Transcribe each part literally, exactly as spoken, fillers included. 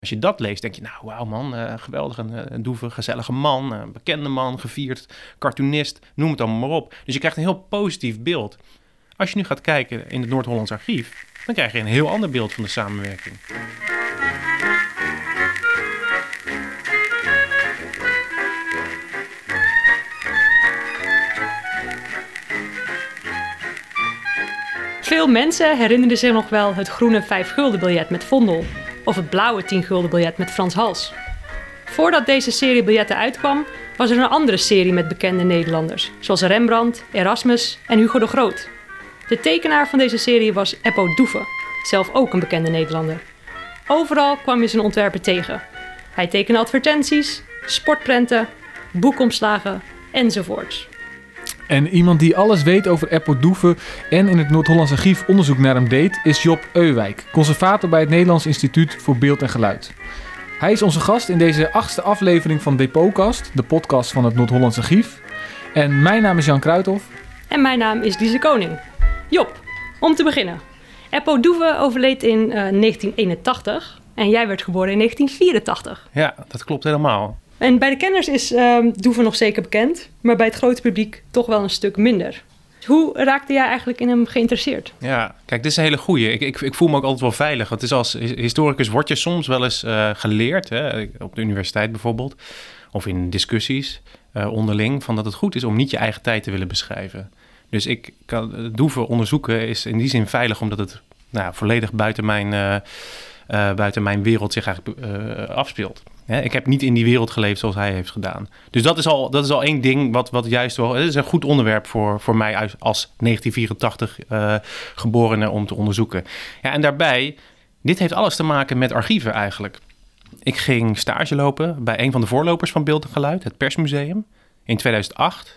Als je dat leest, denk je, nou, wauw man, uh, geweldig, een, een doeve, gezellige man, een bekende man, gevierd, cartoonist, noem het allemaal maar op. Dus je krijgt een heel positief beeld. Als je nu gaat kijken in het Noord-Hollands Archief, dan krijg je een heel ander beeld van de samenwerking. Veel mensen herinneren zich nog wel het groene vijf gulden biljet met Vondel of het blauwe tien gulden biljet met Frans Hals. Voordat deze serie biljetten uitkwam, was er een andere serie met bekende Nederlanders, zoals Rembrandt, Erasmus en Hugo de Groot. De tekenaar van deze serie was Eppo Doeve, zelf ook een bekende Nederlander. Overal kwam je zijn ontwerpen tegen. Hij tekende advertenties, sportprenten, boekomslagen enzovoorts. En iemand die alles weet over Eppo Doeve en in het Noord-Hollands Archief onderzoek naar hem deed, is Job Euwijk, conservator bij het Nederlands Instituut voor Beeld en Geluid. Hij is onze gast in deze achtste aflevering van Depotkast, de podcast van het Noord-Hollands Archief. En mijn naam is Jan Kruithof. En mijn naam is Lise Koning. Job, om te beginnen. Eppo Doeve overleed in uh, negentien eenentachtig en jij werd geboren in negentien vierentachtig. Ja, dat klopt helemaal. En bij de kenners is uh, Doeve nog zeker bekend, maar bij het grote publiek toch wel een stuk minder. Hoe raakte jij eigenlijk in hem geïnteresseerd? Ja, kijk, dit is een hele goeie. Ik, ik, ik voel me ook altijd wel veilig. Want het is als historicus word je soms wel eens uh, geleerd, hè, op de universiteit bijvoorbeeld, of in discussies uh, onderling, van dat het goed is om niet je eigen tijd te willen beschrijven. Dus ik kan Doeve onderzoeken is in die zin veilig, omdat het nou, volledig buiten mijn, uh, uh, buiten mijn wereld zich eigenlijk uh, afspeelt. Hè, ik heb niet in die wereld geleefd zoals hij heeft gedaan. Dus dat is al, dat is al één ding wat, wat juist wel... Het is een goed onderwerp voor, voor mij als negentien vierentachtig uh, geborene om te onderzoeken. Ja, en daarbij, dit heeft alles te maken met archieven eigenlijk. Ik ging stage lopen bij een van de voorlopers van Beeld en Geluid, het Persmuseum, in tweeduizend acht.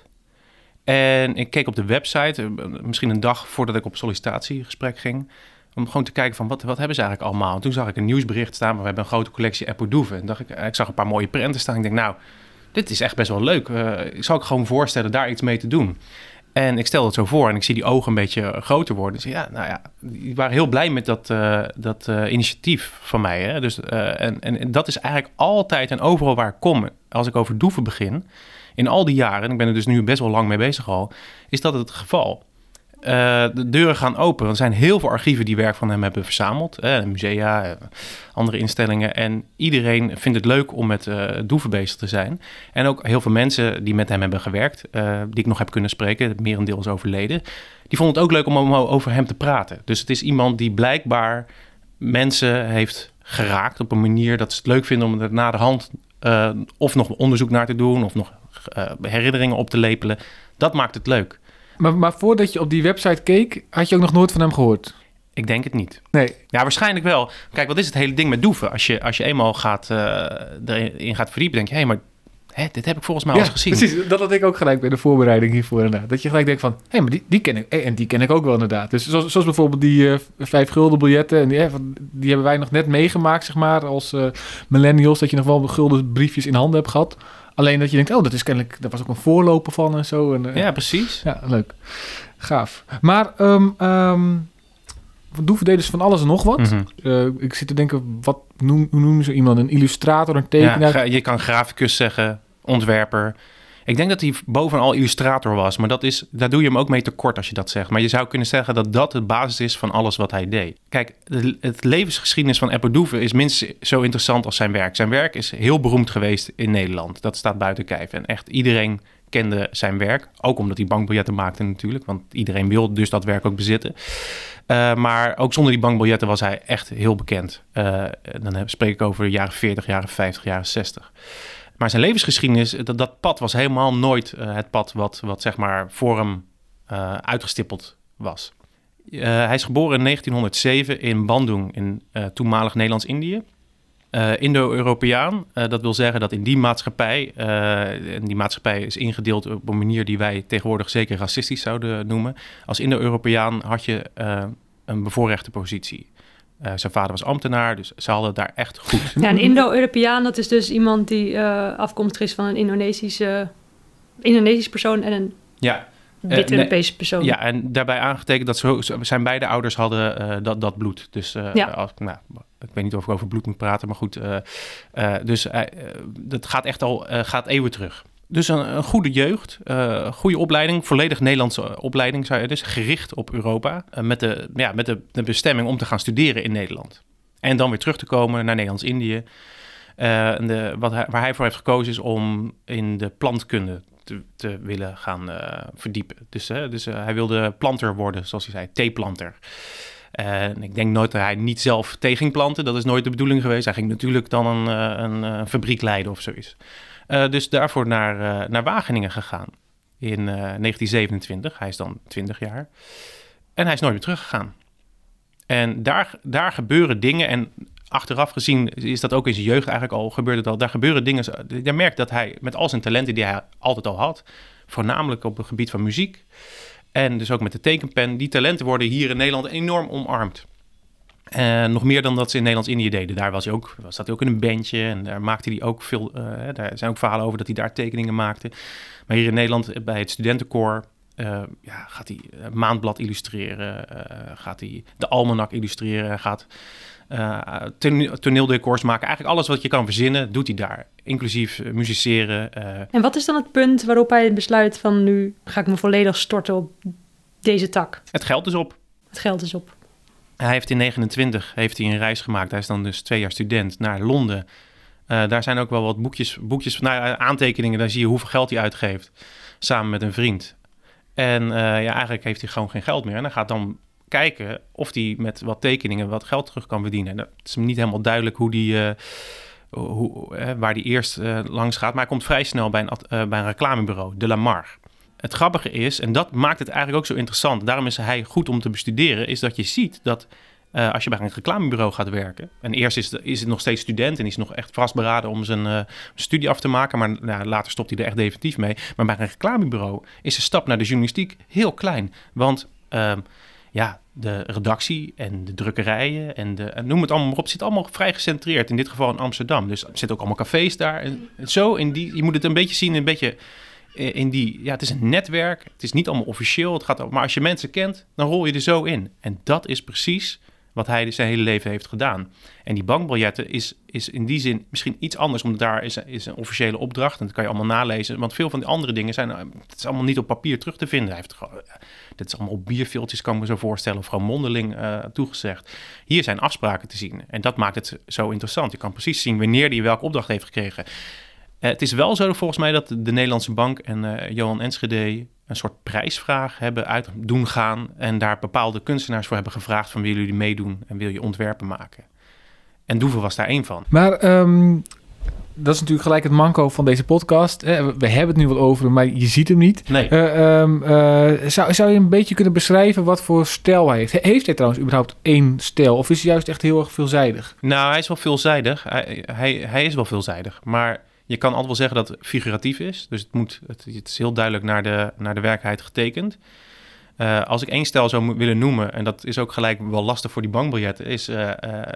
En ik keek op de website, misschien een dag voordat ik op sollicitatiegesprek ging, om gewoon te kijken van wat, wat hebben ze eigenlijk allemaal. En toen zag ik een nieuwsbericht staan, maar we hebben een grote collectie Eppo Doeve. En dacht ik, ik zag een paar mooie prenten staan. Ik denk, nou, dit is echt best wel leuk. Uh, ik zou ik gewoon voorstellen daar iets mee te doen. En ik stel het zo voor en ik zie die ogen een beetje groter worden. Dus ja, nou ja, die waren heel blij met dat, uh, dat uh, initiatief van mij. Hè? Dus, uh, en, en dat is eigenlijk altijd en overal waar ik kom, als ik over Doeve begin, in al die jaren, en ik ben er dus nu best wel lang mee bezig al, is dat het geval. Uh, de deuren gaan open. Er zijn heel veel archieven die werk van hem hebben verzameld. Eh, musea, uh, andere instellingen. En iedereen vindt het leuk om met uh, Doeve bezig te zijn. En ook heel veel mensen die met hem hebben gewerkt, uh, die ik nog heb kunnen spreken, het merendeel is overleden, die vonden het ook leuk om over hem te praten. Dus het is iemand die blijkbaar mensen heeft geraakt op een manier dat ze het leuk vinden om er na de hand uh, of nog onderzoek naar te doen of nog uh, herinneringen op te lepelen. Dat maakt het leuk. Maar, maar voordat je op die website keek, had je ook nog nooit van hem gehoord? Ik denk het niet. Nee. Ja, waarschijnlijk wel. Kijk, wat is het hele ding met Doeve? Als je, als je eenmaal gaat, uh, erin gaat verdiepen, denk je, hé, hey, maar hè, dit heb ik volgens mij al ja, eens gezien. Precies, dat had ik ook gelijk bij de voorbereiding hiervoor inderdaad. Dat je gelijk denkt van, hé, hey, maar die, die ken ik, en die ken ik ook wel inderdaad. Dus zoals, zoals bijvoorbeeld die uh, vijf gulden biljetten, en die, eh, die hebben wij nog net meegemaakt, zeg maar, als uh, millennials, dat je nog wel gulden briefjes in handen hebt gehad. Alleen dat je denkt, oh, dat is kennelijk, daar was ook een voorloper van en zo. En, uh, ja, precies. Ja, leuk. Gaaf. Maar um, um, Doeve deed dus van alles en nog wat. Mm-hmm. Uh, ik zit te denken, wat noem, hoe noemen ze iemand? Een illustrator, een tekenaar? Ja, je kan graficus zeggen, ontwerper. Ik denk dat hij bovenal illustrator was, maar dat is, daar doe je hem ook mee tekort als je dat zegt. Maar je zou kunnen zeggen dat dat de basis is van alles wat hij deed. Kijk, de, het levensgeschiedenis van Eppo Doeve is minstens zo interessant als zijn werk. Zijn werk is heel beroemd geweest in Nederland. Dat staat buiten kijf. En echt iedereen kende zijn werk. Ook omdat hij bankbiljetten maakte natuurlijk. Want iedereen wil dus dat werk ook bezitten. Uh, maar ook zonder die bankbiljetten was hij echt heel bekend. Uh, dan spreek ik over de jaren veertig, jaren vijftig, jaren zestig. Maar zijn levensgeschiedenis, dat, dat pad was helemaal nooit uh, het pad wat, wat zeg maar voor hem uh, uitgestippeld was. Uh, hij is geboren in negentienhonderdzeven in Bandung in uh, toenmalig Nederlands-Indië. Uh, Indo-Europeaan, uh, dat wil zeggen dat in die maatschappij, uh, en die maatschappij is ingedeeld op een manier die wij tegenwoordig zeker racistisch zouden noemen. Als Indo-Europeaan had je uh, een bevoorrechte positie. Uh, zijn vader was ambtenaar, dus ze hadden daar echt goed. Ja, een Indo-Europeaan, dat is dus iemand die uh, afkomstig is van een Indonesische, Indonesisch persoon en een ja. wit uh, Europese nee, persoon. Ja, en daarbij aangetekend dat zo, zijn beide ouders hadden uh, dat, dat bloed. Dus uh, ja. als, nou, ik weet niet of ik over bloed moet praten, maar goed. Uh, uh, dus uh, dat gaat echt al uh, gaat eeuwen terug. Dus een, een goede jeugd, uh, goede opleiding, volledig Nederlandse opleiding, zou je dus gericht op Europa, uh, met, de, ja, met de, de bestemming om te gaan studeren in Nederland. En dan weer terug te komen naar Nederlands-Indië. Uh, de, wat hij, waar hij voor heeft gekozen is om in de plantkunde te, te willen gaan uh, verdiepen. Dus, uh, dus uh, hij wilde planter worden, zoals hij zei, theeplanter. Uh, en ik denk nooit dat hij niet zelf thee ging planten. Dat is nooit de bedoeling geweest. Hij ging natuurlijk dan een, een, een fabriek leiden of zoiets. Uh, dus daarvoor naar, uh, naar Wageningen gegaan in uh, negentien zevenentwintig. Hij is dan twintig jaar. En hij is nooit meer teruggegaan. En daar, daar gebeuren dingen. En achteraf gezien is dat ook in zijn jeugd eigenlijk al gebeurde het al. Daar gebeuren dingen. Je merkt dat hij met al zijn talenten die hij altijd al had, voornamelijk op het gebied van muziek en dus ook met de tekenpen, die talenten worden hier in Nederland enorm omarmd. Uh, nog meer dan dat ze in Nederlands-Indië deden. Daar was hij ook, was dat hij ook in een bandje en daar maakte hij ook veel. Uh, daar zijn ook verhalen over dat hij daar tekeningen maakte. Maar hier in Nederland bij het studentenkoor uh, ja, gaat hij uh, Maandblad illustreren, uh, gaat hij de Almanak illustreren, gaat Uh, toneeldecors maken. Eigenlijk alles wat je kan verzinnen, doet hij daar. Inclusief uh, musiceren. Uh. En wat is dan het punt waarop hij besluit van nu ga ik me volledig storten op deze tak? Het geld is op. Het geld is op. Hij heeft in negenentwintig heeft hij een reis gemaakt. Hij is dan dus twee jaar student naar Londen. Uh, daar zijn ook wel wat boekjes, boekjes nou, aantekeningen. Daar zie je hoeveel geld hij uitgeeft. Samen met een vriend. En uh, ja, eigenlijk heeft hij gewoon geen geld meer. En hij gaat dan kijken of hij met wat tekeningen wat geld terug kan verdienen. En het is niet helemaal duidelijk hoe die, uh, hoe, uh, waar hij eerst uh, langs gaat. Maar hij komt vrij snel bij een, uh, bij een reclamebureau, De La Mar. Het grappige is, en dat maakt het eigenlijk ook zo interessant, daarom is hij goed om te bestuderen, is dat je ziet dat uh, als je bij een reclamebureau gaat werken, en eerst is, de, is het nog steeds student en is nog echt vastberaden om zijn uh, studie af te maken, maar nou, later stopt hij er echt definitief mee. Maar bij een reclamebureau is de stap naar de journalistiek heel klein. Want Uh, ja, de redactie en de drukkerijen en de, noem het allemaal maar op, zit allemaal vrij gecentreerd. In dit geval in Amsterdam. Dus er zitten ook allemaal cafés daar. En zo, in die, je moet het een beetje zien, een beetje in die, ja, het is een netwerk. Het is niet allemaal officieel. Het gaat, maar als je mensen kent, dan rol je er zo in. En dat is precies wat hij zijn hele leven heeft gedaan. En die bankbiljetten is, is in die zin misschien iets anders, omdat daar is, is een officiële opdracht en dat kan je allemaal nalezen. Want veel van die andere dingen zijn, het is allemaal niet op papier terug te vinden. Hij heeft gewoon, dit is allemaal op bierviltjes, kan ik me zo voorstellen, of gewoon mondeling uh, toegezegd. Hier zijn afspraken te zien en dat maakt het zo interessant. Je kan precies zien wanneer hij welke opdracht heeft gekregen. Uh, het is wel zo volgens mij dat de Nederlandse Bank en uh, Johan Enschede een soort prijsvraag hebben uit doen gaan en daar bepaalde kunstenaars voor hebben gevraagd van willen jullie meedoen en wil je ontwerpen maken. En Doeve was daar één van. Maar um, dat is natuurlijk gelijk het manco van deze podcast. Hè? We hebben het nu wel over, maar je ziet hem niet. Nee. Uh, um, uh, zou, zou je een beetje kunnen beschrijven wat voor stijl hij heeft? Heeft hij trouwens überhaupt één stijl? Of is hij juist echt heel erg veelzijdig? Nou, hij is wel veelzijdig. Hij, hij, hij is wel veelzijdig, maar je kan altijd wel zeggen dat het figuratief is. Dus het, moet, het, het is heel duidelijk naar de, naar de werkelijkheid getekend. Uh, als ik één stijl zou mo- willen noemen, en dat is ook gelijk wel lastig voor die bankbiljetten, is uh, uh,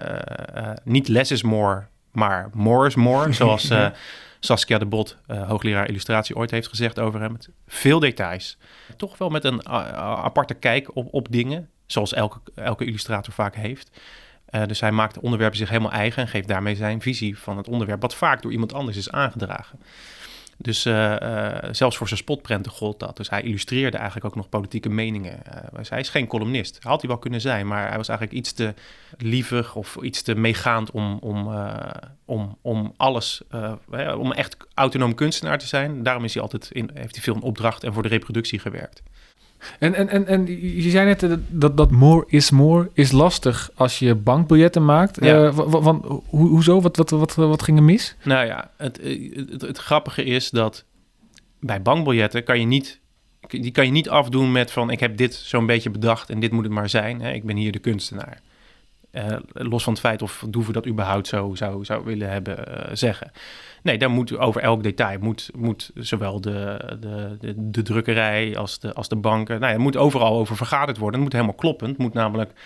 uh, niet less is more, maar more is more. Zoals uh, Saskia de Bot, uh, hoogleraar illustratie, ooit heeft gezegd over hem. Met veel details. Toch wel met een uh, aparte kijk op, op dingen, zoals elke, elke illustrator vaak heeft. Uh, dus hij maakt de onderwerpen zich helemaal eigen en geeft daarmee zijn visie van het onderwerp, wat vaak door iemand anders is aangedragen. Dus uh, uh, zelfs voor zijn spotprenten gold dat. Dus hij illustreerde eigenlijk ook nog politieke meningen. Uh, dus hij is geen columnist. Had hij wel kunnen zijn, maar hij was eigenlijk iets te lievig of iets te meegaand om, om, uh, om, om alles, uh, om echt autonoom kunstenaar te zijn. Daarom is hij altijd in, heeft hij veel in opdracht en voor de reproductie gewerkt. En, en, en, en je zei net dat, dat more is more is lastig als je bankbiljetten maakt. Ja. Uh, van, van, ho, hoezo? Wat, wat, wat, wat ging er mis? Nou ja, het, het, het grappige is dat bij bankbiljetten kan je niet, die kan je niet afdoen met van ik heb dit zo'n beetje bedacht en dit moet het maar zijn. Hè? Ik ben hier de kunstenaar. Uh, los van het feit of Doeve dat überhaupt zo zou, zou willen hebben uh, zeggen. Nee, daar moet over elk detail moet, moet zowel de, de, de, de drukkerij als de, als de banken. Nou ja, het moet overal over vergaderd worden. Het moet helemaal kloppen. Het moet namelijk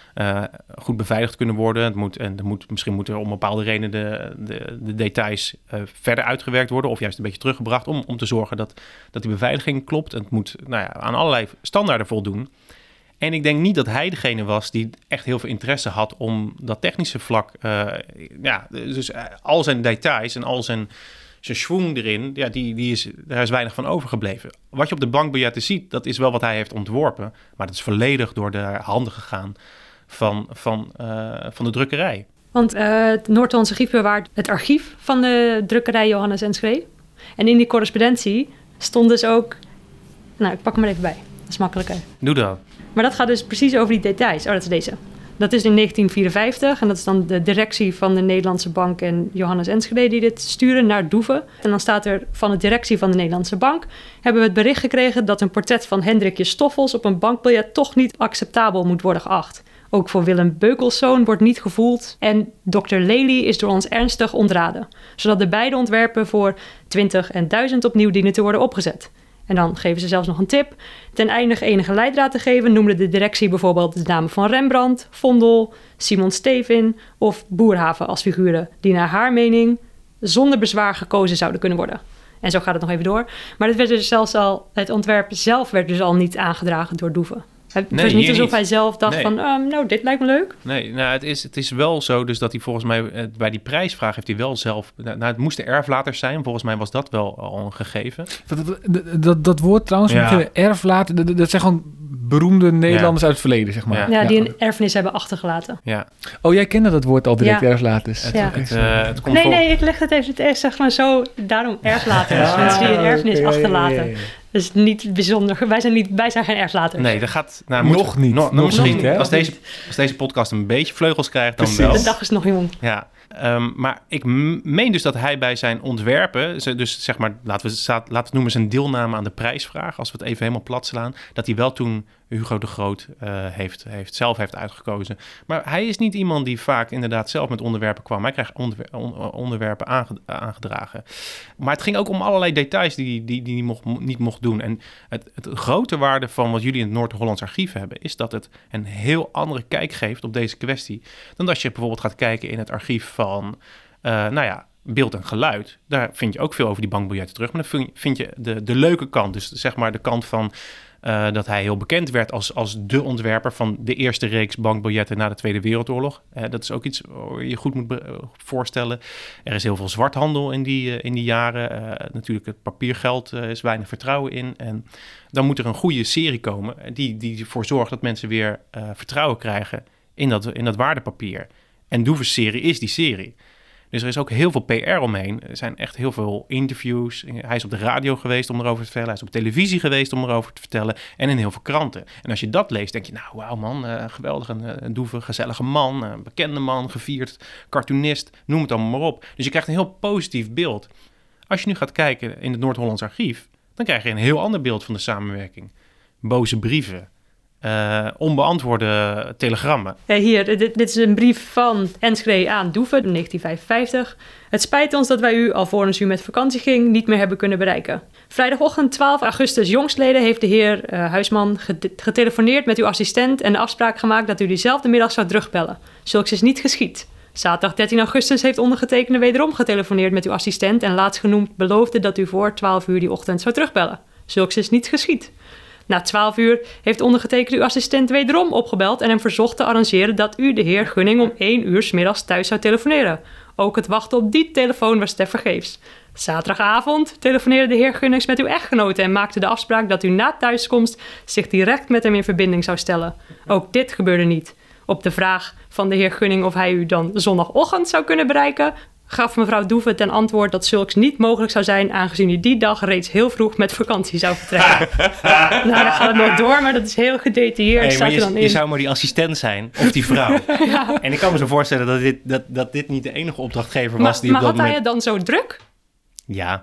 uh, goed beveiligd kunnen worden. Het moet, en er moet, misschien moeten er om bepaalde redenen de, de, de details uh, verder uitgewerkt worden... of juist een beetje teruggebracht om, om te zorgen dat, dat die beveiliging klopt. En het moet nou ja, aan allerlei standaarden voldoen. En ik denk niet dat hij degene was die echt heel veel interesse had om dat technische vlak... Uh, ja, dus uh, al zijn details en al zijn... zijn schwung erin, ja, die, die is, daar is weinig van overgebleven. Wat je op de bankbiljetten ziet, dat is wel wat hij heeft ontworpen. Maar dat is volledig door de handen gegaan van, van, uh, van de drukkerij. Want uh, het Noord-Hollandse Archief bewaart het archief van de drukkerij Johannes Enschede. En in die correspondentie stond dus ook... Nou, ik pak hem er even bij. Dat is makkelijker. Doe dat. Maar dat gaat dus precies over die details. Oh, dat is deze. Dat is in negentien vierenvijftig en dat is dan de directie van de Nederlandse Bank en Johannes Enschede die dit sturen naar Doeve. En dan staat er van de directie van de Nederlandse Bank hebben we het bericht gekregen dat een portret van Hendrikje Stoffels op een bankbiljet toch niet acceptabel moet worden geacht. Ook voor Willem Beukelszoon wordt niet gevoeld en dokter Lely is door ons ernstig ontraden, zodat de beide ontwerpen voor twintig en duizend opnieuw dienen te worden opgezet. En dan geven ze zelfs nog een tip. Ten einde enige leidraad te geven noemde de directie bijvoorbeeld de namen van Rembrandt, Vondel, Simon Stevin of Boerhaven als figuren die naar haar mening zonder bezwaar gekozen zouden kunnen worden. En zo gaat het nog even door. Maar het werd dus zelfs al, het ontwerp zelf werd dus al niet aangedragen door Doeve. Het nee, was niet alsof niet. hij zelf dacht nee. van, um, nou, dit lijkt me leuk. Nee, nou, het is, het is wel zo dus dat hij volgens mij bij die prijsvraag heeft hij wel zelf... Nou, het moesten erflaters zijn. Volgens mij was dat wel al een gegeven. Dat, dat, dat, dat woord trouwens, Ja. erflater, dat, dat zijn gewoon beroemde Nederlanders Ja. uit het verleden, zeg maar. Ja. Ja, die een erfenis hebben achtergelaten. Ja. Oh, jij kende dat woord al direct, Ja. erflaters. Het, Ja. het, uh, het komt Nee, vol- nee, ik leg het even, het zeg maar zo, daarom erflaters. Ja. Mensen die een erfenis Oké, ja, ja, achterlaten. ja, ja. Dat is niet bijzonder. Wij zijn, niet, wij zijn geen erflaters. Nee, dat gaat... Nou, Nog moet- niet. Nog, Nog misschien, niet, hè? als, deze, als deze podcast een beetje vleugels krijgt, dan Precies. wel. De dag is nog jong. Ja, um, maar ik m- meen dus dat hij bij zijn ontwerpen, ze- dus zeg maar, laten we, laten we het noemen zijn deelname aan de prijsvraag, als we het even helemaal plat slaan, dat hij wel toen Hugo de Groot uh, heeft, heeft, zelf heeft uitgekozen. Maar hij is niet iemand die vaak inderdaad zelf met onderwerpen kwam. Hij krijgt onderwer- on- onderwerpen aange- aangedragen. Maar het ging ook om allerlei details die, die, die hij mocht, niet mocht doen. En het, het grote waarde van wat jullie in het Noord-Hollands Archief hebben, is dat het een heel andere kijk geeft op deze kwestie dan als je bijvoorbeeld gaat kijken in het archief van, uh, nou ja, beeld en geluid. Daar vind je ook veel over die bankbiljetten terug. Maar dan vind je, vind je de, de leuke kant, dus zeg maar de kant van Uh, dat hij heel bekend werd als, als de ontwerper van de eerste reeks bankbiljetten na de Tweede Wereldoorlog. Uh, dat is ook iets waar je goed moet be- voorstellen. Er is heel veel zwarthandel in die, uh, in die jaren. Uh, natuurlijk het papiergeld uh, is weinig vertrouwen in. En dan moet er een goede serie komen die, die ervoor zorgt dat mensen weer uh, vertrouwen krijgen in dat, in dat waardepapier. En Doeve's serie is die serie. Dus er is ook heel veel P R omheen. Er zijn echt heel veel interviews. Hij is op de radio geweest om erover te vertellen. Hij is op televisie geweest om erover te vertellen. En in heel veel kranten. En als je dat leest, denk je, nou, wauw man, uh, geweldig. Een, een Doeve, gezellige man, een bekende man, gevierd, cartoonist, noem het allemaal maar op. Dus je krijgt een heel positief beeld. Als je nu gaat kijken in het Noord-Hollands Archief, dan krijg je een heel ander beeld van de samenwerking. Boze brieven. Uh, onbeantwoorde telegrammen. Ja, hier, dit, dit is een brief van Enschede aan Doeve in negentien vijfenvijftig. Het spijt ons dat wij u, alvorens u met vakantie ging, niet meer hebben kunnen bereiken. Vrijdagochtend twaalf augustus jongstleden heeft de heer uh, Huisman getelefoneerd met uw assistent en de afspraak gemaakt dat u diezelfde middag zou terugbellen. Zulks is niet geschied. Zaterdag dertien augustus heeft ondergetekende wederom getelefoneerd met uw assistent en laatstgenoemd beloofde dat u voor twaalf uur die ochtend zou terugbellen. Zulks is niet geschied. Na twaalf uur heeft ondergetekende uw assistent wederom opgebeld en hem verzocht te arrangeren dat u de heer Gunning om één uur 's middags thuis zou telefoneren. Ook het wachten op die telefoon was tevergeefs. Zaterdagavond telefoneerde de heer Gunnings met uw echtgenote en maakte de afspraak dat u na thuiskomst zich direct met hem in verbinding zou stellen. Ook dit gebeurde niet. Op de vraag van de heer Gunning of hij u dan zondagochtend zou kunnen bereiken, gaf mevrouw Doeve ten antwoord dat zulks niet mogelijk zou zijn, aangezien u die dag reeds heel vroeg met vakantie zou vertrekken. Nou, dan gaat het nog door, maar dat is heel gedetailleerd. Hey, staat maar er je, dan in. je zou maar die assistent zijn, of die vrouw. Ja. En ik kan me zo voorstellen dat dit, dat, dat dit niet de enige opdrachtgever was Maar, die maar op dat had hij moment... het dan zo druk? Ja,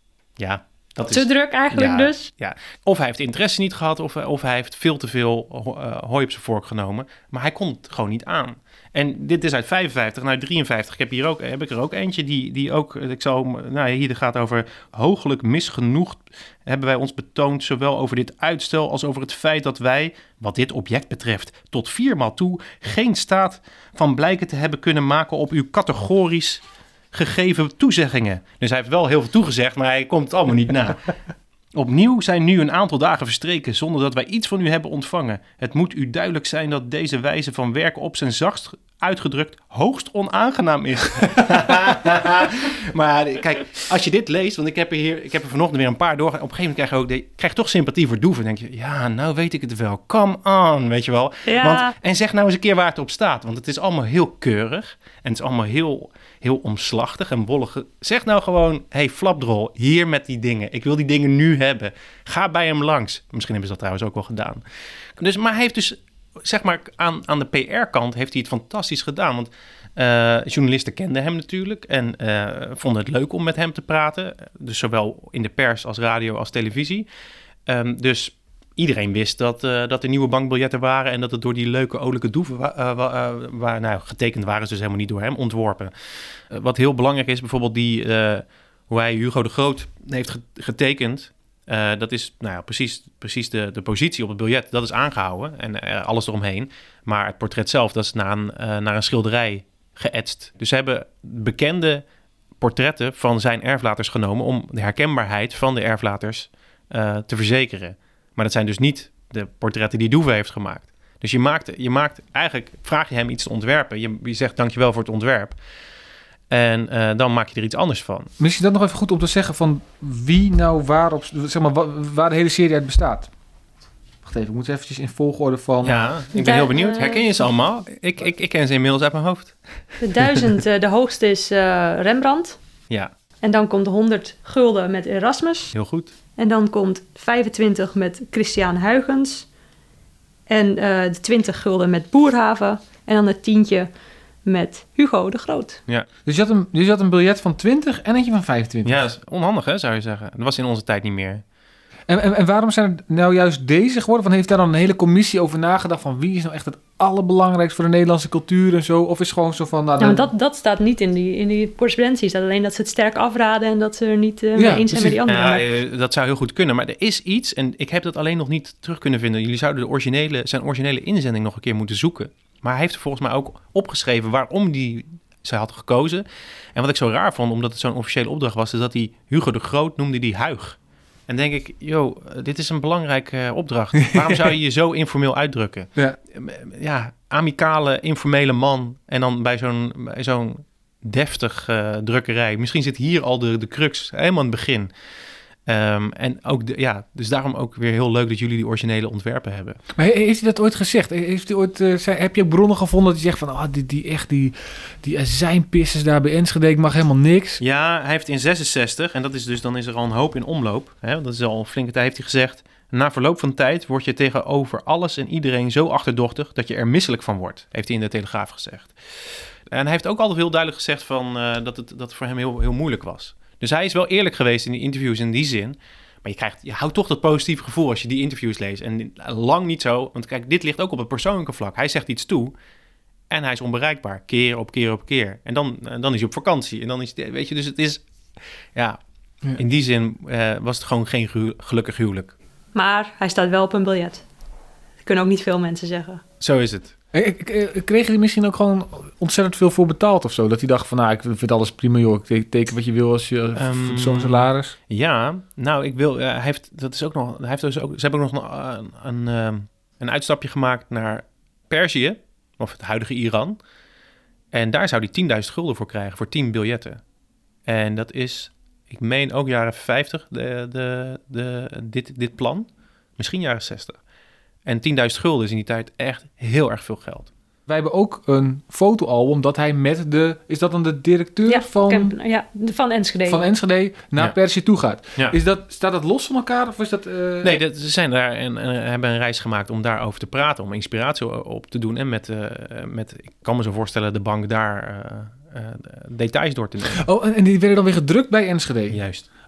ja. Dat Te is... druk eigenlijk ja, dus? Ja. Of hij heeft interesse niet gehad, of, of hij heeft veel te veel uh, hooi op zijn vork genomen. Maar hij kon het gewoon niet aan. En dit is uit vijfenvijftig naar drieënvijftig. Ik heb hier ook, heb ik er ook eentje die, die ook, ik zal, nou hier gaat over hooglijk misgenoegd hebben wij ons betoond, zowel over dit uitstel als over het feit dat wij, wat dit object betreft, tot viermaal toe geen staat van blijken te hebben kunnen maken op uw categorisch gegeven toezeggingen. Dus hij heeft wel heel veel toegezegd, maar hij komt het allemaal niet na. Opnieuw zijn nu een aantal dagen verstreken zonder dat wij iets van u hebben ontvangen. Het moet u duidelijk zijn dat deze wijze van werken op zijn zachtst uitgedrukt hoogst onaangenaam is. Maar kijk, als je dit leest, want ik heb er hier, ik heb er vanochtend weer een paar doorgaan. Op een gegeven moment krijg je ook, de, krijg je toch sympathie voor Doeven. Dan denk je, ja, nou weet ik het wel. Come on, weet je wel. Ja. Want, en zeg nou eens een keer waar het op staat. Want het is allemaal heel keurig. En het is allemaal heel, heel omslachtig en wollig. Zeg nou gewoon, hey flapdrol, hier met die dingen. Ik wil die dingen nu hebben. Ga bij hem langs. Misschien hebben ze dat trouwens ook wel gedaan. Dus, maar hij heeft dus, zeg maar, aan, aan de P R-kant heeft hij het fantastisch gedaan. Want uh, journalisten kenden hem natuurlijk en uh, vonden het leuk om met hem te praten. Dus zowel in de pers als radio als televisie. Um, dus iedereen wist dat, uh, dat er nieuwe bankbiljetten waren en dat het door die leuke olijke Doeven wa- uh, wa- uh, waar, nou, getekend waren ze dus helemaal niet door hem ontworpen. Uh, wat heel belangrijk is, bijvoorbeeld die, uh, hoe hij Hugo de Groot heeft getekend. Uh, dat is nou ja, precies, precies de, de positie op het biljet. Dat is aangehouden en uh, alles eromheen. Maar het portret zelf, dat is naar een, uh, naar een schilderij geëtst. Dus ze hebben bekende portretten van zijn erflaters genomen om de herkenbaarheid van de erflaters uh, te verzekeren. Maar dat zijn dus niet de portretten die Doeven heeft gemaakt. Dus je maakt, je maakt eigenlijk, vraag je hem iets te ontwerpen. Je, je zegt dankjewel voor het ontwerp. En uh, dan maak je er iets anders van. Misschien dat nog even goed om te zeggen van wie nou waarop, zeg maar, waar, waar de hele serie uit bestaat. Wacht even, ik moet eventjes in volgorde van... Ja, ik ben heel benieuwd. Herken je ze allemaal? Ik, ik, ik ken ze inmiddels uit mijn hoofd. De duizend, uh, de hoogste is uh, Rembrandt. Ja. En dan komt de honderd gulden met Erasmus. Heel goed. En dan komt vijfentwintig met Christiaan Huygens. En uh, de twintig gulden met Boerhaven. En dan het tientje met Hugo de Groot. Ja. Dus je had een, je had een biljet van twintig en eentje van vijfentwintig. Ja, dat is onhandig hè, zou je zeggen. Dat was in onze tijd niet meer. En, en, en waarom zijn er nou juist deze geworden? Van heeft daar dan een hele commissie over nagedacht van wie is nou echt het allerbelangrijkste voor de Nederlandse cultuur en zo? Of is het gewoon zo van... Nou, ja, maar dan... dat, dat staat niet in die, in die correspondentie. Staat alleen dat ze het sterk afraden en dat ze er niet uh, Ja, mee eens zijn met die anderen. Ja, Maar... uh, dat zou heel goed kunnen. Maar er is iets, en ik heb dat alleen nog niet terug kunnen vinden. Jullie zouden de originele, zijn originele inzending nog een keer moeten zoeken. Maar hij heeft volgens mij ook opgeschreven waarom die zij had gekozen. En wat ik zo raar vond, omdat het zo'n officiële opdracht was, is dat hij Hugo de Groot noemde die Huig. En denk ik, joh, dit is een belangrijke uh, opdracht. Waarom zou je je zo informeel uitdrukken? Ja. Ja, amicale, informele man. En dan bij zo'n, bij zo'n deftig uh, drukkerij. Misschien zit hier al de, de crux, helemaal in het begin. Um, en ook, de, ja, dus daarom ook weer heel leuk dat jullie die originele ontwerpen hebben. Maar heeft hij dat ooit gezegd? Heeft hij ooit, uh, zei, heb je bronnen gevonden dat hij zegt van, oh, die, die echt, die, die azijnpissers daar bij Enschede, ik mag helemaal niks? Ja, hij heeft in zesenzestig, en dat is dus, dan is er al een hoop in omloop. Hè, dat is al een flinke tijd, heeft hij gezegd, na verloop van tijd word je tegenover alles en iedereen zo achterdochtig dat je er misselijk van wordt, heeft hij in de Telegraaf gezegd. En hij heeft ook altijd heel duidelijk gezegd van, uh, dat, het, dat het voor hem heel, heel moeilijk was. Dus hij is wel eerlijk geweest in die interviews in die zin. Maar je, krijgt, je houdt toch dat positieve gevoel als je die interviews leest. En lang niet zo, want kijk, dit ligt ook op het persoonlijke vlak. Hij zegt iets toe en hij is onbereikbaar. Keer op keer op keer. En dan, dan is hij op vakantie. En dan is weet je, dus het is, ja, ja. In die zin uh, was het gewoon geen gu- gelukkig huwelijk. Maar hij staat wel op een biljet. Dat kunnen ook niet veel mensen zeggen. Zo is het. Kregen die misschien ook gewoon ontzettend veel voor betaald of zo? Dat hij dacht van, nou, ik vind alles prima, joh. Ik teken wat je wil als je um, zo'n salaris. Ja, nou, ik wil... Uh, hij heeft, dat is ook nog... Hij heeft dus ook, ze hebben ook nog een, een, een, een uitstapje gemaakt naar Perzië, of het huidige Iran. En daar zou hij tienduizend gulden voor krijgen, voor tien biljetten. En dat is, ik meen ook jaren vijftig, de, de, de, dit, dit plan. Misschien jaren zestig. En tienduizend gulden is in die tijd echt heel erg veel geld. Wij hebben ook een fotoalbum dat hij met de... Is dat dan de directeur ja, van... Camp, ja, van Enschede. Van Enschede naar ja. Perzië toe gaat. Ja. Is dat, staat dat los van elkaar of is dat... Uh... Nee, dat, ze zijn daar en, en hebben een reis gemaakt om daarover te praten. Om inspiratie op te doen. En met, uh, met ik kan me zo voorstellen, de bank daar uh, uh, details door te nemen. Oh, en, en die werden dan weer gedrukt bij Enschede? Juist.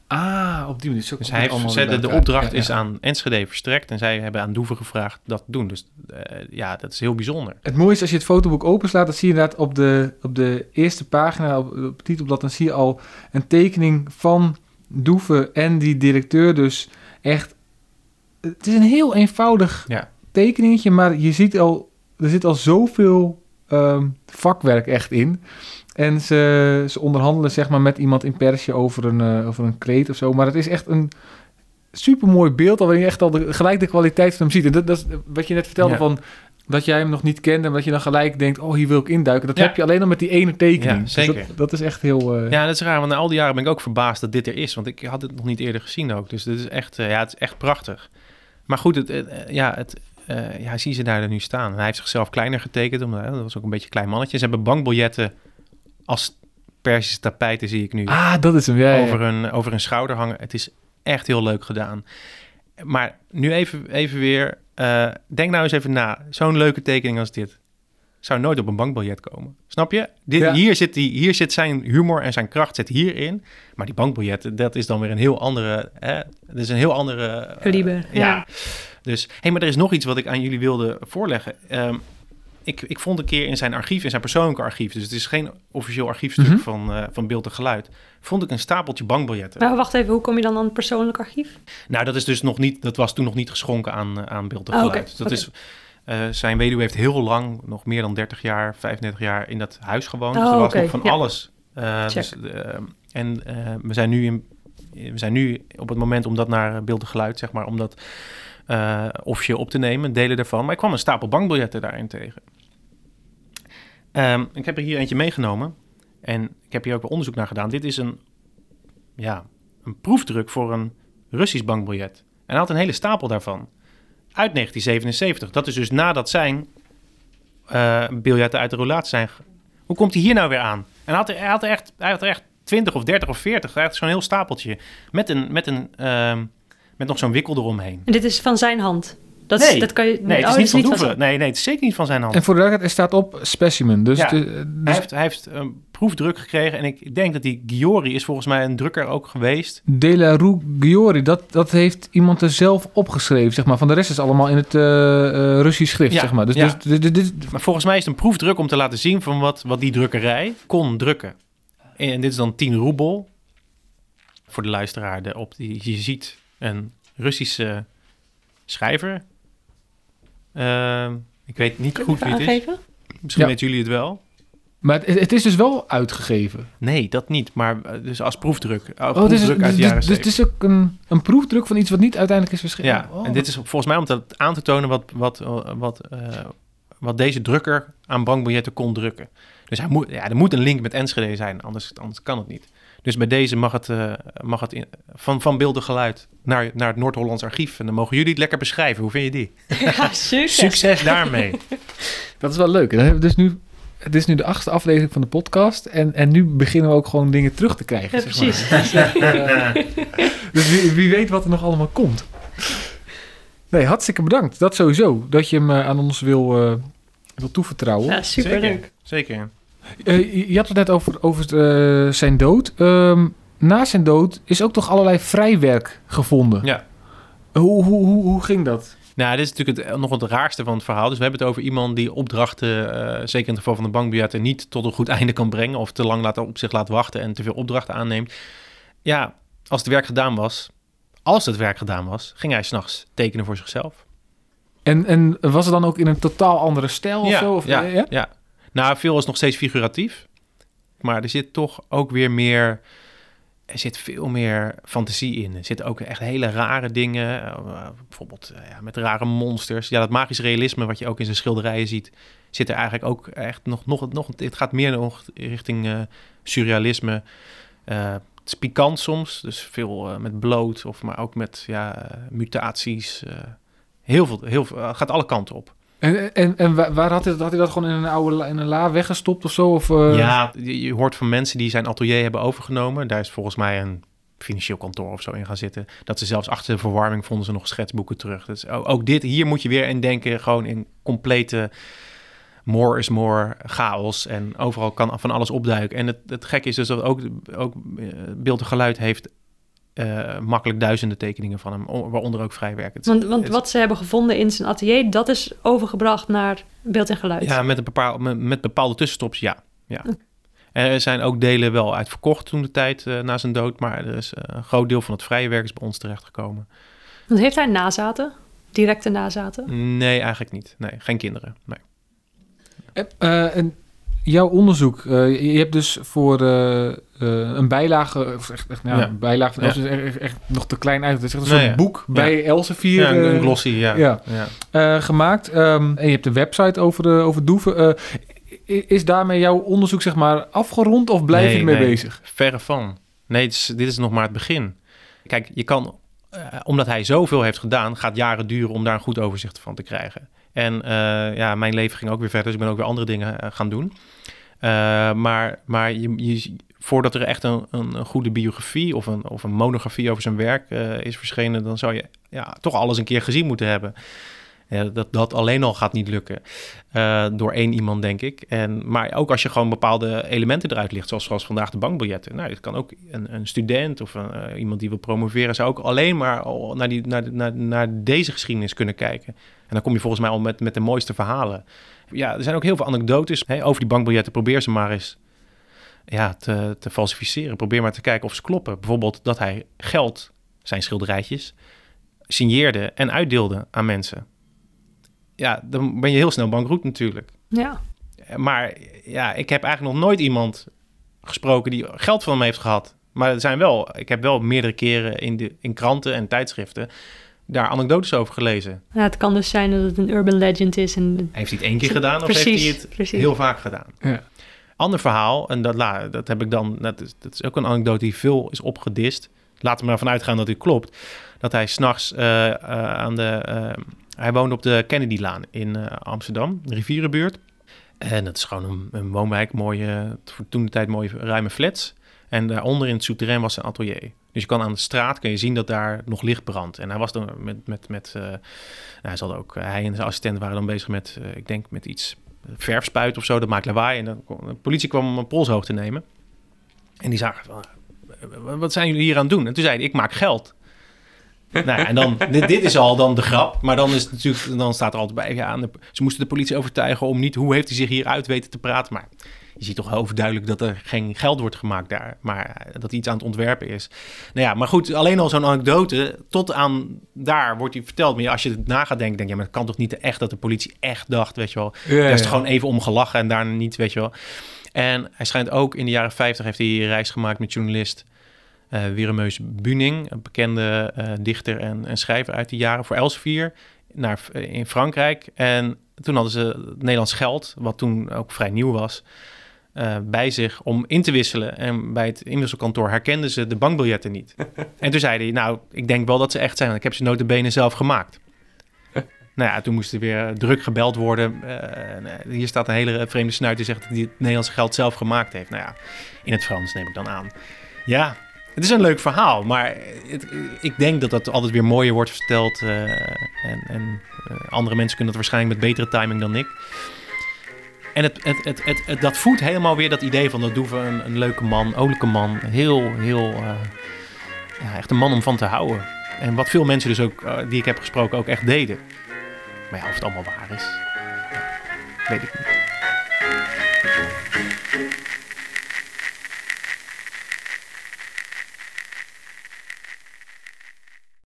Ah, op die manier. Zo Dus komt hij het heeft, allemaal ze- de, weer de bij opdracht elkaar. Ja, is ja. aan Enschede verstrekt en zij hebben aan Doeven gevraagd dat te doen. Dus uh, ja, dat is heel bijzonder. Het mooie is als je het fotoboek openslaat, dan zie je inderdaad op de, op de eerste pagina, op, op het titelblad, dan zie je al een tekening van Doeven en die directeur. Dus echt, het is een heel eenvoudig Ja. tekeningetje, maar je ziet al, er zit al zoveel um, vakwerk echt in. En ze, ze onderhandelen zeg maar met iemand in Perzië over een, uh, over een kleed of zo. Maar het is echt een supermooi beeld, waarin je echt al de, gelijk de kwaliteit van hem ziet. En dat, dat is wat je net vertelde Ja. van dat jij hem nog niet kende, maar dat je dan gelijk denkt, oh, hier wil ik induiken. Dat Ja. heb je alleen al met die ene tekening. Ja, Dus zeker. dat, dat is echt heel... Uh... Ja, dat is raar, want na al die jaren ben ik ook verbaasd dat dit er is. Want ik had het nog niet eerder gezien ook. Dus dit is echt, uh, ja, het is echt prachtig. Maar goed, het, uh, ja, het, uh, ja, zie ze daar nu staan. En hij heeft zichzelf kleiner getekend, omdat uh, dat was ook een beetje een klein mannetje. Ze hebben bankbiljetten als Perzische tapijten, zie ik nu, Ah, dat is hem, ja, ja. over, hun, over hun schouder hangen. Het is echt heel leuk gedaan. Maar nu even, even weer, uh, denk nou eens even na. Zo'n leuke tekening als dit zou nooit op een bankbiljet komen. Snap je? Dit, Ja. hier, zit die, hier zit zijn humor en zijn kracht zit hierin. Maar die bankbiljetten, dat is dan weer een heel andere... Hè, dat is een heel andere... uh, Kaliber, ja. ja. Dus, hey, maar er is nog iets wat ik aan jullie wilde voorleggen. Um, ik, ik vond een keer in zijn archief, in zijn persoonlijke archief... dus het is geen officieel archiefstuk Mm-hmm. van, uh, van Beeld en Geluid... vond ik een stapeltje bankbiljetten. Maar wacht even, hoe kom je dan aan het persoonlijk archief? Nou, dat is dus nog niet, dat was toen nog niet geschonken aan, uh, aan Beeld en Oh, Geluid. okay. Dat okay. is, uh, zijn weduwe heeft heel lang, nog meer dan dertig jaar, vijfendertig jaar in dat huis gewoond. Oh, dus er was okay. nog van ja. alles. Uh, dus, uh, en uh, we zijn nu in, we zijn nu op het moment om dat naar Beeld en Geluid, zeg maar, om dat uh, officieel op te nemen, delen daarvan. Maar ik kwam een stapel bankbiljetten daarin tegen. Um, ik heb er hier eentje meegenomen en ik heb hier ook wel onderzoek naar gedaan. Dit is een, ja, een proefdruk voor een Russisch bankbiljet. En hij had een hele stapel daarvan. Uit negentien zevenenzeventig. Dat is dus nadat zijn uh, biljetten uit de roulatie zijn. Ge- Hoe komt hij hier nou weer aan? En hij had er, hij had er echt, hij had er echt twintig of dertig of veertig. Hij had zo'n heel stapeltje. Met, een, met, een, uh, met nog zo'n wikkel eromheen. En dit is van zijn hand? Dat, nee, is, dat kan je, nee, het is oh, niet van van Doeven. zijn- Nee, nee, het is zeker niet van zijn hand. En voor de duidelijkheid, er staat op specimen. Dus, Ja, de, dus Hij heeft, hij heeft een proefdruk gekregen. En ik denk dat die Giori is volgens mij een drukker ook geweest. De la Rue Giori, dat, dat heeft iemand er zelf opgeschreven, zeg maar. Van de rest is allemaal in het uh, uh, Russisch schrift, Ja, zeg maar. Dus, ja. dus dit, dit, dit- Maar volgens mij is het een proefdruk om te laten zien van wat, wat die drukkerij kon drukken. En dit is dan tien roebel. Voor de luisteraar, de, op die, je ziet een Russische schrijver. Uh, ik weet niet Kun je goed wie even het is. aangeven? Misschien Ja. weten jullie het wel. maar het, het is dus wel uitgegeven. Nee, dat niet. Maar uh, dus als proefdruk. Uh, Oh, dus, proefdruk uit de dus, jaren dus, dus het is ook een, een proefdruk van iets wat niet uiteindelijk is verschenen. Ja, Oh, en dit is volgens mij om te, aan te tonen wat, wat, wat, uh, wat deze drukker aan bankbiljetten kon drukken. Dus hij moet, ja, er moet een link met Enschede zijn, anders, anders kan het niet. Dus bij deze mag het, uh, mag het in, van, van Beeld en Geluid naar, naar het Noord-Hollands Archief. En dan mogen jullie het lekker beschrijven. Hoe vind je die? Ja, succes. Succes daarmee. Dat is wel leuk. En dan hebben we dus nu, het is nu de achtste aflevering van de podcast. En, en nu beginnen we ook gewoon dingen terug te krijgen. Ja, zeg maar. precies. Dus wie, wie weet wat er nog allemaal komt. Nee, hartstikke bedankt. Dat sowieso. Dat je hem uh, aan ons wil, uh, wil toevertrouwen. Ja, superleuk. Zeker. Uh, je, je had het net over, over uh, zijn dood. Um, na zijn dood is ook toch allerlei vrijwerk gevonden. Ja. Hoe, hoe, hoe, hoe ging dat? Nou, dit is natuurlijk het, nog het raarste van het verhaal. Dus we hebben het over iemand die opdrachten, uh, zeker in het geval van de bankbiljetten, niet tot een goed einde kan brengen. Of te lang laat, op zich laat wachten en te veel opdrachten aanneemt. Ja, als het werk gedaan was, als het werk gedaan was, ging hij 's nachts tekenen voor zichzelf. En, en was het dan ook in een totaal andere stijl of ja, zo? Of, ja, ja? ja. Nou, veel is nog steeds figuratief. Maar er zit toch ook weer meer... Er zit veel meer fantasie in. Er zitten ook echt hele rare dingen. Uh, bijvoorbeeld uh, ja, met rare monsters. Ja, dat magisch realisme wat je ook in zijn schilderijen ziet... zit er eigenlijk ook echt nog... nog, nog het gaat meer nog richting uh, surrealisme. Uh, het is pikant soms. Dus veel uh, met bloot. Of maar ook met ja, uh, mutaties. Uh, heel veel. Heel veel uh, gaat alle kanten op. En, en, en waar had hij, dat, had hij dat gewoon in een oude la, in een la weggestopt of zo? Of, uh... Ja, je, je hoort van mensen die zijn atelier hebben overgenomen. Daar is volgens mij een financieel kantoor of zo in gaan zitten. Dat ze zelfs achter de verwarming vonden ze nog schetsboeken terug. Dus ook, ook dit, hier moet je weer in denken, gewoon in complete more is more chaos. En overal kan van alles opduiken. En het, het gekke is dus dat ook, ook Beeld en Geluid heeft uh, makkelijk duizenden tekeningen van hem, waaronder ook vrijwerkend. Want, want wat ze hebben gevonden in zijn atelier, dat is overgebracht naar beeld en geluid? Ja, met, een bepaal, met, met bepaalde tussenstops, ja. ja. Okay. Er zijn ook delen wel uitverkocht toen de tijd uh, na zijn dood, maar er is uh, een groot deel van het vrije werk is bij ons terechtgekomen. Want heeft hij nazaten? Directe nazaten? Nee, eigenlijk niet. Nee, geen kinderen. Nee. Uh, en jouw onderzoek, uh, je hebt dus voor uh, uh, een bijlage, echt, echt, nou, ja. een bijlage van Elsevier, ja. echt, echt nog te klein uit. Het is echt een soort nee, ja. boek ja. bij Elsevier. Ja, een, een glossy, ja. ja. ja. Uh, gemaakt. Um, en je hebt een website over, de, over Doeven. Uh, is daarmee jouw onderzoek zeg maar afgerond of blijf nee, je ermee nee, bezig? Verre van. Nee, dit is, dit is nog maar het begin. Kijk, je kan, uh, omdat hij zoveel heeft gedaan, gaat jaren duren om daar een goed overzicht van te krijgen. En uh, ja, mijn leven ging ook weer verder, dus ik ben ook weer andere dingen uh, gaan doen. Uh, maar maar je, je, voordat er echt een, een, een goede biografie of een, of een monografie over zijn werk uh, is verschenen, dan zou je ja, toch alles een keer gezien moeten hebben. Ja, dat, dat alleen al gaat niet lukken uh, door één iemand, denk ik. En, maar ook als je gewoon bepaalde elementen eruit ligt, zoals, zoals vandaag de bankbiljetten. Nou, het kan ook een, een student of een, uh, iemand die wil promoveren, zou ook alleen maar naar, die, naar, naar, naar deze geschiedenis kunnen kijken. En dan kom je volgens mij al met, met de mooiste verhalen. Ja, er zijn ook heel veel anekdotes hè, over die bankbiljetten. Probeer ze maar eens ja, te, te falsificeren. Probeer maar te kijken of ze kloppen. Bijvoorbeeld dat hij geld, zijn schilderijtjes, signeerde en uitdeelde aan mensen. Ja, dan ben je heel snel bankroet natuurlijk. Ja. Maar ja, ik heb eigenlijk nog nooit iemand gesproken die geld van hem heeft gehad. Maar er zijn wel, ik heb wel meerdere keren in, de, in kranten en tijdschriften daar anekdotes over gelezen. Ja, het kan dus zijn dat het een urban legend is. En... Heeft hij het één keer gedaan precies, of heeft hij het precies. heel vaak gedaan? Ja. Ander verhaal, en dat, dat heb ik dan, dat is, dat is ook een anekdote die veel is opgedist. Laten we ervan uitgaan dat dit klopt. Dat hij s'nachts uh, uh, aan de... Uh, hij woonde op de Kennedylaan in uh, Amsterdam, de rivierenbuurt. En dat is gewoon een, een woonwijk, mooie, voor toen de tijd mooie ruime flats. En daaronder in het souterrain was zijn atelier. Dus je kan aan de straat kun je zien dat daar nog licht brandt. En hij was dan met... met, met uh, hij, zal ook, uh, hij en zijn assistent waren dan bezig met, uh, ik denk met iets verfspuit of zo. Dat maakt lawaai. En dan, de politie kwam om een polshoogte nemen. En die zagen, uh, wat zijn jullie hier aan het doen? En toen zei hij, ik maak geld. Nou, en dan, dit, dit is al dan de grap. Maar dan, is het natuurlijk, dan staat er altijd bij, ja, de, ze moesten de politie overtuigen om niet, hoe heeft hij zich hier uit weten te praten. Maar je ziet toch overduidelijk dat er geen geld wordt gemaakt daar. Maar dat hij iets aan het ontwerpen is. Nou ja, maar goed, alleen al zo'n anekdote. Tot aan daar wordt hij verteld. Maar als je het na gaat denken, denk je, ja, maar het kan toch niet echt dat de politie echt dacht, weet je wel. Ja, ja, ja. Daar is het gewoon even om gelachen en daarna niet, weet je wel. En hij schijnt ook in de jaren vijftig heeft hij een reis gemaakt met journalist uh, Willemeus Buning, een bekende uh, dichter en, en schrijver uit die jaren voor Elsevier, naar, uh, in Frankrijk. En toen hadden ze het Nederlands geld, wat toen ook vrij nieuw was, Uh, bij zich om in te wisselen. En bij het inwisselkantoor herkenden ze de bankbiljetten niet. En toen zei hij, nou, ik denk wel dat ze echt zijn. Ik heb ze nota bene zelf gemaakt. Nou ja, toen moest er weer druk gebeld worden. Uh, hier staat een hele vreemde snuit die zegt dat hij het Nederlandse geld zelf gemaakt heeft. Nou ja, in het Frans neem ik dan aan. Ja, het is een leuk verhaal. Maar het, ik denk dat dat altijd weer mooier wordt verteld. Uh, en en uh, andere mensen kunnen dat waarschijnlijk met betere timing dan ik. En het, het, het, het, het, dat voedt helemaal weer dat idee van dat Doeven een, een leuke man, olijke man. Heel, heel, uh, ja, echt een man om van te houden. En wat veel mensen dus ook, uh, die ik heb gesproken, ook echt deden. Maar ja, of het allemaal waar is, weet ik niet.